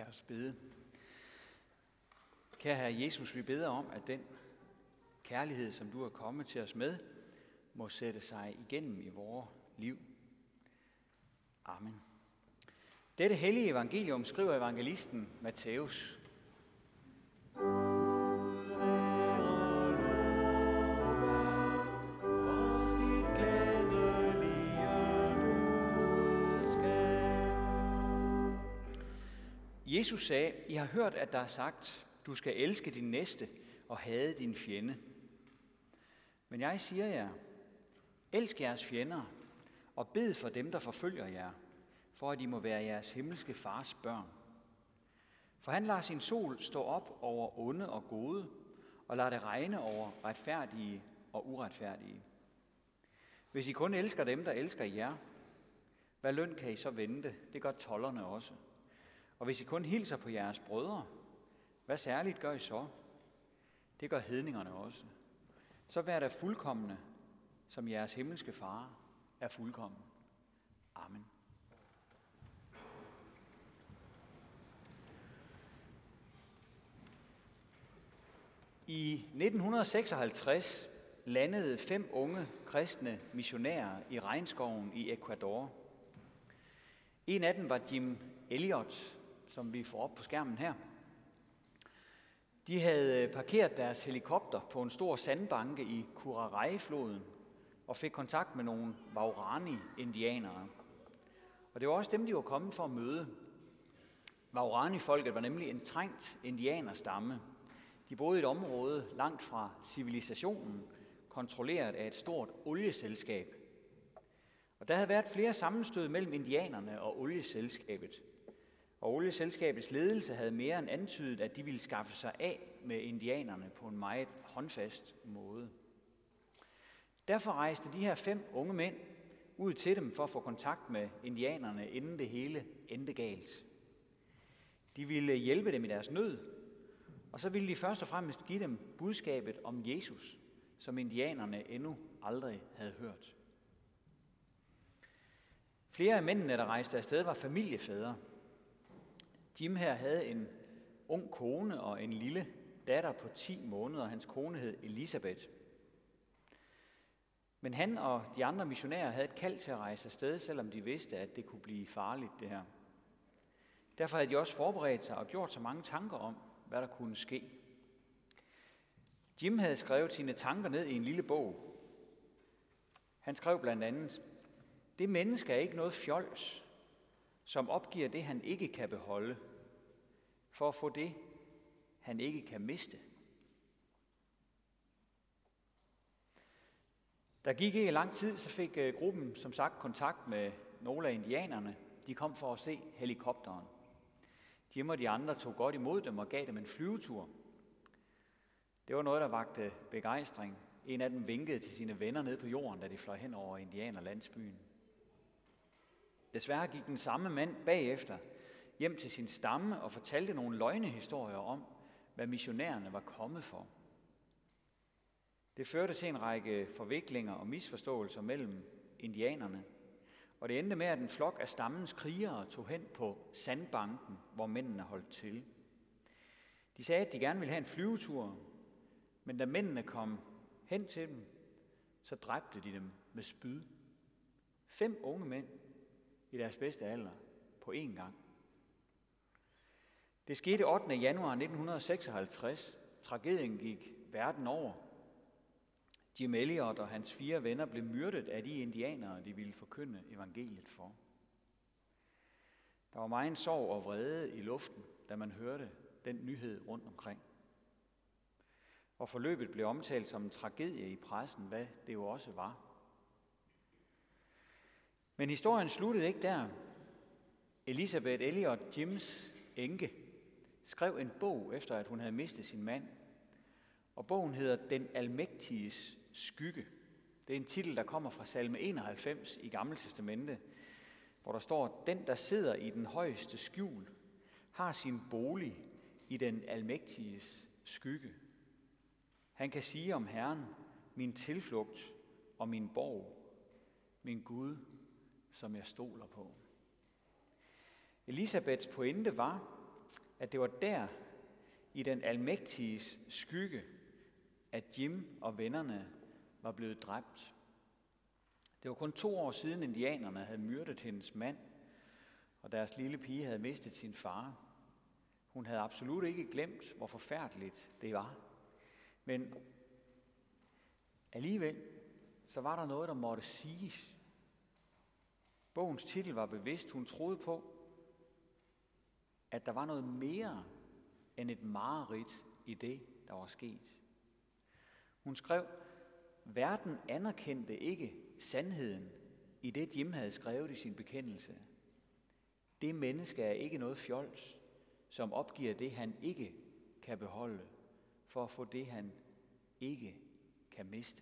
Lad os bede. Kære Herre Jesus, vi beder om, at den kærlighed, som du er kommet til os med, må sætte sig igennem i vores liv. Amen. Dette hellige evangelium skriver evangelisten Matthæus. Jesus sagde, I har hørt, at der er sagt, du skal elske din næste og hade din fjende. Men jeg siger jer, elsk jeres fjender og bed for dem, der forfølger jer, for at I må være jeres himmelske fars børn. For han lader sin sol stå op over onde og gode, og lader det regne over retfærdige og uretfærdige. Hvis I kun elsker dem, der elsker jer, hvad løn kan I så vente? Det gør tolderne også. Og hvis I kun hilser på jeres brødre, hvad særligt gør I så? Det gør hedningerne også. Så vær der fuldkomne, som jeres himmelske far er fuldkommen. Amen. I 1956 landede 5 unge kristne missionærer i regnskoven i Ecuador. En af dem var Jim Elliot, som vi får op på skærmen her. De havde parkeret deres helikopter på en stor sandbanke i Curaray-floden og fik kontakt med nogle Waorani-indianere. Og det var også dem, de var kommet for at møde. Waorani-folket var nemlig en trængt indianerstamme. De boede i et område langt fra civilisationen, kontrolleret af et stort olieselskab. Og der havde været flere sammenstød mellem indianerne og olieselskabet. Og olieselskabets ledelse havde mere end antydet, at de ville skaffe sig af med indianerne på en meget håndfast måde. Derfor rejste de her 5 unge mænd ud til dem for at få kontakt med indianerne, inden det hele endte galt. De ville hjælpe dem i deres nød, og så ville de først og fremmest give dem budskabet om Jesus, som indianerne endnu aldrig havde hørt. Flere af mændene, der rejste afsted, var familiefædre. Jim her havde en ung kone og en lille datter på 10 måneder. Hans kone hed Elisabeth. Men han og de andre missionærer havde et kald til at rejse afsted, selvom de vidste, at det kunne blive farligt, det her. Derfor havde de også forberedt sig og gjort så mange tanker om, hvad der kunne ske. Jim havde skrevet sine tanker ned i en lille bog. Han skrev blandt andet, det menneske er ikke noget fjols, som opgiver det, han ikke kan beholde, for at få det, han ikke kan miste. Der gik ikke lang tid, så fik gruppen som sagt kontakt med nogle af indianerne. De kom for at se helikopteren. Jim og de andre tog godt imod dem og gav dem en flyvetur. Det var noget, der vakte begejstring. En af dem vinkede til sine venner nede på jorden, da de fløj hen over indianerlandsbyen. Desværre gik den samme mand bagefter hjem til sin stamme og fortalte nogle løgnehistorier om, hvad missionærerne var kommet for. Det førte til en række forviklinger og misforståelser mellem indianerne, og det endte med, at en flok af stammens krigere tog hen på sandbanken, hvor mændene holdt til. De sagde, at de gerne ville have en flyvetur, men da mændene kom hen til dem, så dræbte de dem med spyd. 5 unge mænd i deres bedste alder på én gang. Det skete 8. januar 1956. Tragedien gik verden over. Jim Elliot og hans 4 venner blev myrdet af de indianere, de ville forkynde evangeliet for. Der var meget sorg og vrede i luften, da man hørte den nyhed rundt omkring. Og forløbet blev omtalt som en tragedie i pressen, hvad det jo også var. Men historien sluttede ikke der. Elisabeth Elliot, Jims enke, skrev en bog efter, at hun havde mistet sin mand. Og bogen hedder Den Almægtiges skygge. Det er en titel, der kommer fra salme 91 i Gamle Testamente, hvor der står, den, der sidder i den højeste skjul, har sin bolig i den Almægtiges skygge. Han kan sige om Herren, min tilflugt og min borg, min Gud, som jeg stoler på. Elisabeths pointe var, at det var der, i den almægtiges skygge, at Jim og vennerne var blevet dræbt. Det var kun 2 år siden indianerne havde myrdet hendes mand, og deres lille pige havde mistet sin far. Hun havde absolut ikke glemt, hvor forfærdeligt det var. Men alligevel, så var der noget, der måtte siges. Bogens titel var bevidst. Hun troede på, at der var noget mere end et mareridt i det, der var sket. Hun skrev, verden anerkendte ikke sandheden i det, Jim havde skrevet i sin bekendelse. Det menneske er ikke noget fjols, som opgiver det, han ikke kan beholde, for at få det, han ikke kan miste.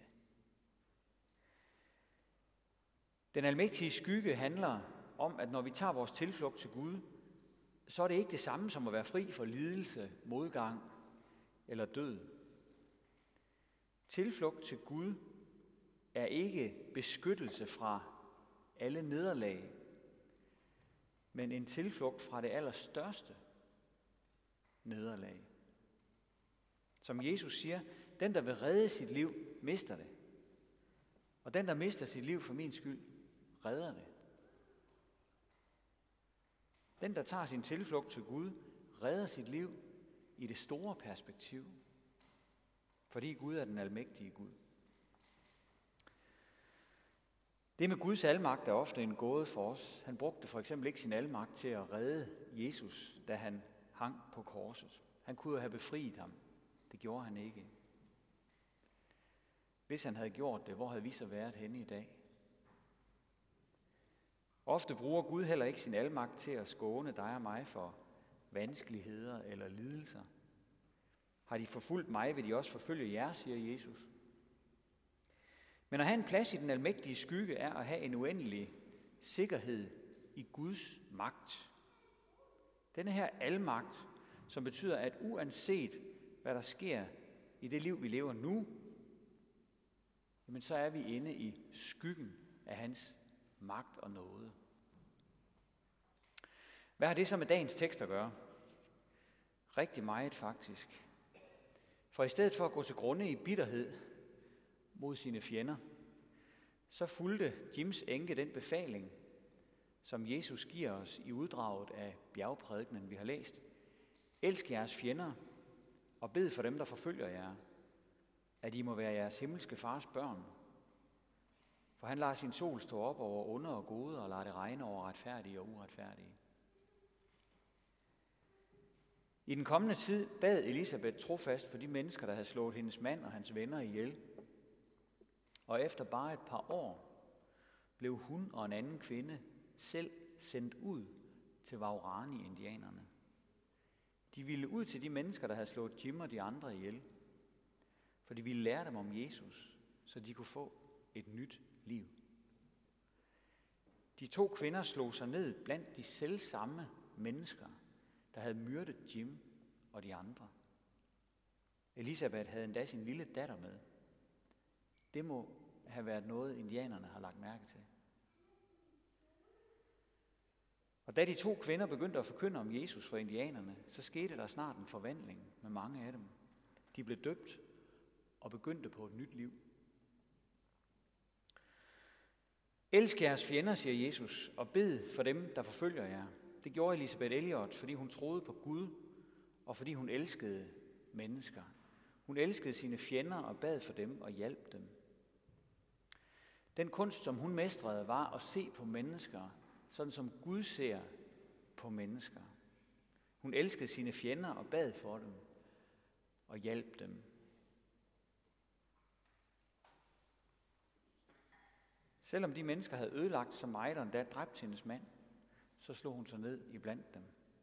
Den almægtige skygge handler om, at når vi tager vores tilflugt til Gud, så er det ikke det samme som at være fri for lidelse, modgang eller død. Tilflugt til Gud er ikke beskyttelse fra alle nederlag, men en tilflugt fra det allerstørste nederlag. Som Jesus siger, den der vil redde sit liv, mister det. Og den der mister sit liv for min skyld, redder det. Den der tager sin tilflugt til Gud, redder sit liv i det store perspektiv. Fordi Gud er den almægtige Gud. Det med Guds almagt er ofte en gåde for os. Han brugte for eksempel ikke sin almagt til at redde Jesus, da han hang på korset. Han kunne jo have befriet ham. Det gjorde han ikke. Hvis han havde gjort det, hvor havde vi så været henne i dag? Ofte bruger Gud heller ikke sin almagt til at skåne dig og mig for vanskeligheder eller lidelser. Har de forfulgt mig, vil de også forfølge jer, siger Jesus. Men at have en plads i den almægtige skygge er at have en uendelig sikkerhed i Guds magt. Denne her almagt, som betyder, at uanset hvad der sker i det liv, vi lever nu, jamen så er vi inde i skyggen af hans magt og nåde. Hvad har det så med dagens tekst at gøre? Rigtig meget faktisk. For i stedet for at gå til grunde i bitterhed mod sine fjender, så fulgte Jims enke den befaling, som Jesus giver os i uddraget af bjergprædikenen, vi har læst. Elsk jeres fjender og bed for dem, der forfølger jer, at I må være jeres himmelske fars børn. For han lader sin sol stå op over onde og gode og lader det regne over retfærdige og uretfærdige. I den kommende tid bad Elisabeth trofast for de mennesker, der havde slået hendes mand og hans venner ihjel. Og efter bare et par år blev hun og en anden kvinde selv sendt ud til Waorani-indianerne. De ville ud til de mennesker, der havde slået Jim og de andre ihjel, for de ville lære dem om Jesus, så de kunne få et nyt liv. De 2 kvinder slog sig ned blandt de selvsamme mennesker, der havde myrdet Jim og de andre. Elisabeth havde endda sin lille datter med. Det må have været noget, indianerne har lagt mærke til. Og da de 2 kvinder begyndte at forkynde om Jesus for indianerne, så skete der snart en forvandling med mange af dem. De blev døbt og begyndte på et nyt liv. Elsk jeres fjender, siger Jesus, og bed for dem, der forfølger jer. Det gjorde Elisabeth Elliot, fordi hun troede på Gud, og fordi hun elskede mennesker. Hun elskede sine fjender og bad for dem og hjalp dem. Den kunst, som hun mestrede, var at se på mennesker, sådan som Gud ser på mennesker. Hun elskede sine fjender og bad for dem og hjalp dem. Selvom de mennesker havde ødelagt så meget og endda dræbt hendes mand, så slog hun sig ned iblandt dem.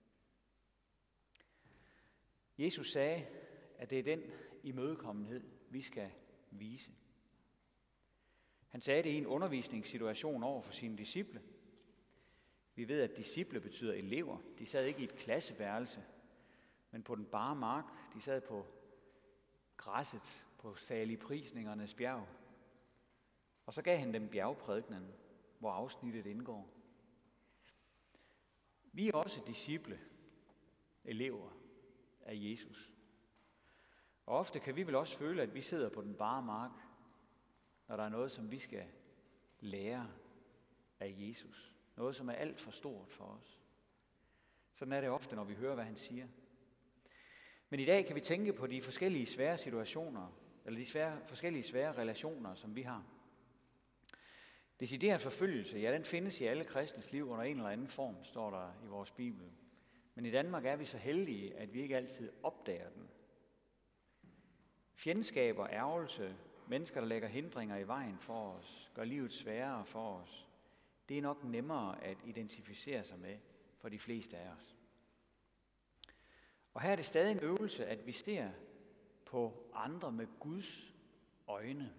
Jesus sagde, at det er den imødekommenhed, vi skal vise. Han sagde det i en undervisningssituation over for sine disciple. Vi ved, at disciple betyder elever. De sad ikke i et klasseværelse, men på den bare mark. De sad på græsset på saligprisningernes bjerg. Og så gav han dem bjergprædikenen, hvor afsnittet indgår. Vi er også disciple. elever af Jesus. Og ofte kan vi vel også føle, at vi sidder på den bare mark, når der er noget, som vi skal lære af Jesus. Noget, som er alt for stort for os. Sådan er det ofte, når vi hører, hvad han siger. Men i dag kan vi tænke på de forskellige svære situationer, eller de forskellige svære relationer, som vi har. Decideret forfølgelse, ja, den findes i alle kristnes liv under en eller anden form, står der i vores Bibel. Men i Danmark er vi så heldige, at vi ikke altid opdager den. Fjendskaber, ærgelse, mennesker, der lægger hindringer i vejen for os, gør livet sværere for os, det er nok nemmere at identificere sig med for de fleste af os. Og her er det stadig en øvelse, at vi ser på andre med Guds øjne.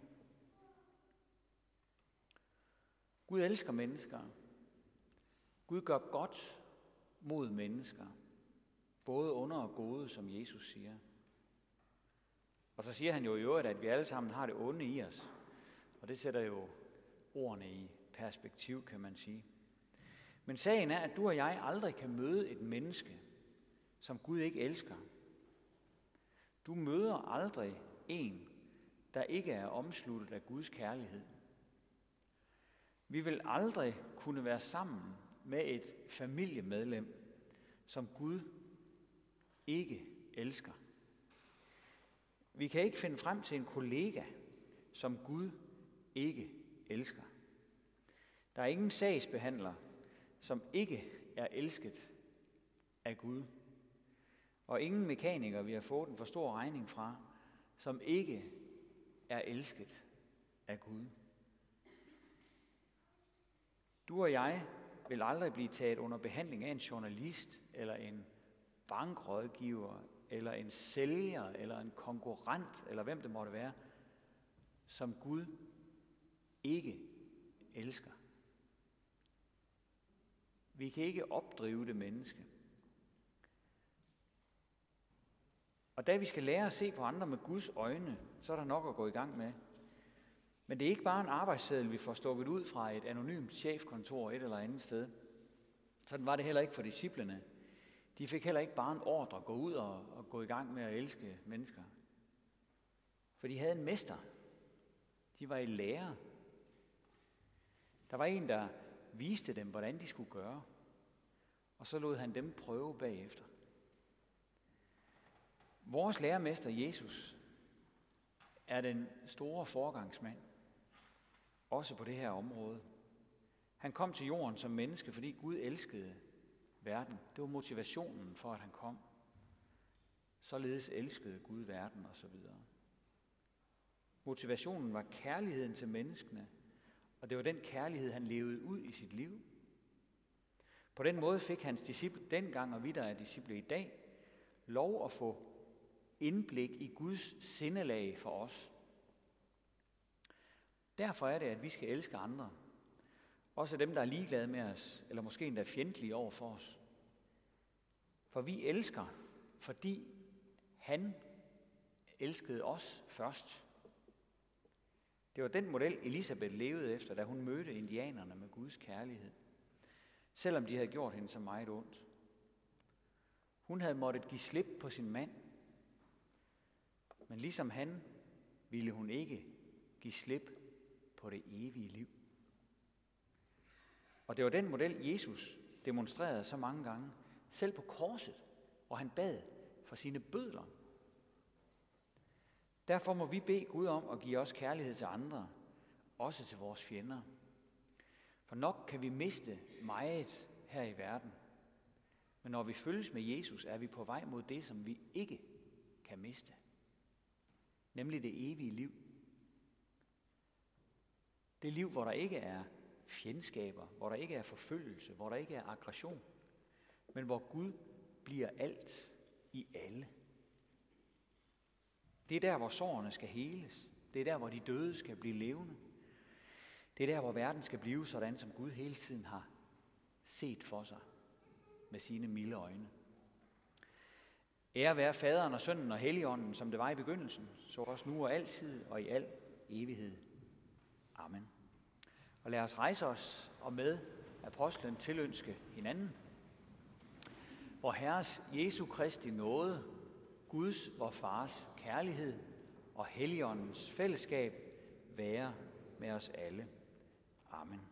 Gud elsker mennesker. Gud gør godt mod mennesker, både onde og gode, som Jesus siger. Og så siger han jo i øvrigt, at vi alle sammen har det onde i os. Og det sætter jo ordene i perspektiv, kan man sige. Men sagen er, at du og jeg aldrig kan møde et menneske, som Gud ikke elsker. Du møder aldrig en, der ikke er omsluttet af Guds kærlighed. Vi vil aldrig kunne være sammen med et familiemedlem, som Gud ikke elsker. Vi kan ikke finde frem til en kollega, som Gud ikke elsker. Der er ingen sagsbehandler, som ikke er elsket af Gud. Og ingen mekaniker, vi har fået en for stor regning fra, som ikke er elsket af Gud. Du og jeg vil aldrig blive taget under behandling af en journalist, eller en bankrådgiver, eller en sælger, eller en konkurrent, eller hvem det måtte være, som Gud ikke elsker. Vi kan ikke opdrive det menneske. Og da vi skal lære at se på andre med Guds øjne, så er der nok at gå i gang med. Men det er ikke bare en arbejdsseddel, vi får stukket ud fra et anonymt chefkontor et eller andet sted. Sådan var det heller ikke for disciplene. De fik heller ikke bare en ordre at gå ud og gå i gang med at elske mennesker. For de havde en mester. De var i lære. Der var en, der viste dem, hvordan de skulle gøre. Og så lod han dem prøve bagefter. Vores lærermester Jesus er den store foregangsmand, også på det her område. Han kom til jorden som menneske, fordi Gud elskede verden. Det var motivationen for, at han kom. Således elskede Gud verden osv. Motivationen var kærligheden til menneskene, og det var den kærlighed, han levede ud i sit liv. På den måde fik hans disciple dengang, og vi der er disciple i dag, lov at få indblik i Guds sindelag for os. Derfor er det, at vi skal elske andre. Også dem, der er ligeglade med os, eller måske endda fjendtlige over for os. For vi elsker, fordi han elskede os først. Det var den model, Elisabeth levede efter, da hun mødte indianerne med Guds kærlighed. Selvom de havde gjort hende så meget ondt. Hun havde måttet give slip på sin mand. Men ligesom han, ville hun ikke give slip på det evige liv. Og det var den model, Jesus demonstrerede så mange gange, selv på korset, hvor han bad for sine bødler. Derfor må vi bede Gud om at give os kærlighed til andre, også til vores fjender. For nok kan vi miste meget her i verden. Men når vi følges med Jesus, er vi på vej mod det, som vi ikke kan miste. Nemlig det evige liv. Det liv, hvor der ikke er fjendskaber, hvor der ikke er forfølgelse, hvor der ikke er aggression, men hvor Gud bliver alt i alle. Det er der, hvor sårene skal heles. Det er der, hvor de døde skal blive levende. Det er der, hvor verden skal blive sådan, som Gud hele tiden har set for sig med sine milde øjne. Ære være Faderen og Sønnen og Helligånden, som det var i begyndelsen, så også nu og altid og i al evighed. Amen. Og lad os rejse os og med apostlen tilønske hinanden. Vor Herres Jesu Kristi nåde, Guds vor Fars kærlighed og Helligåndens fællesskab være med os alle. Amen.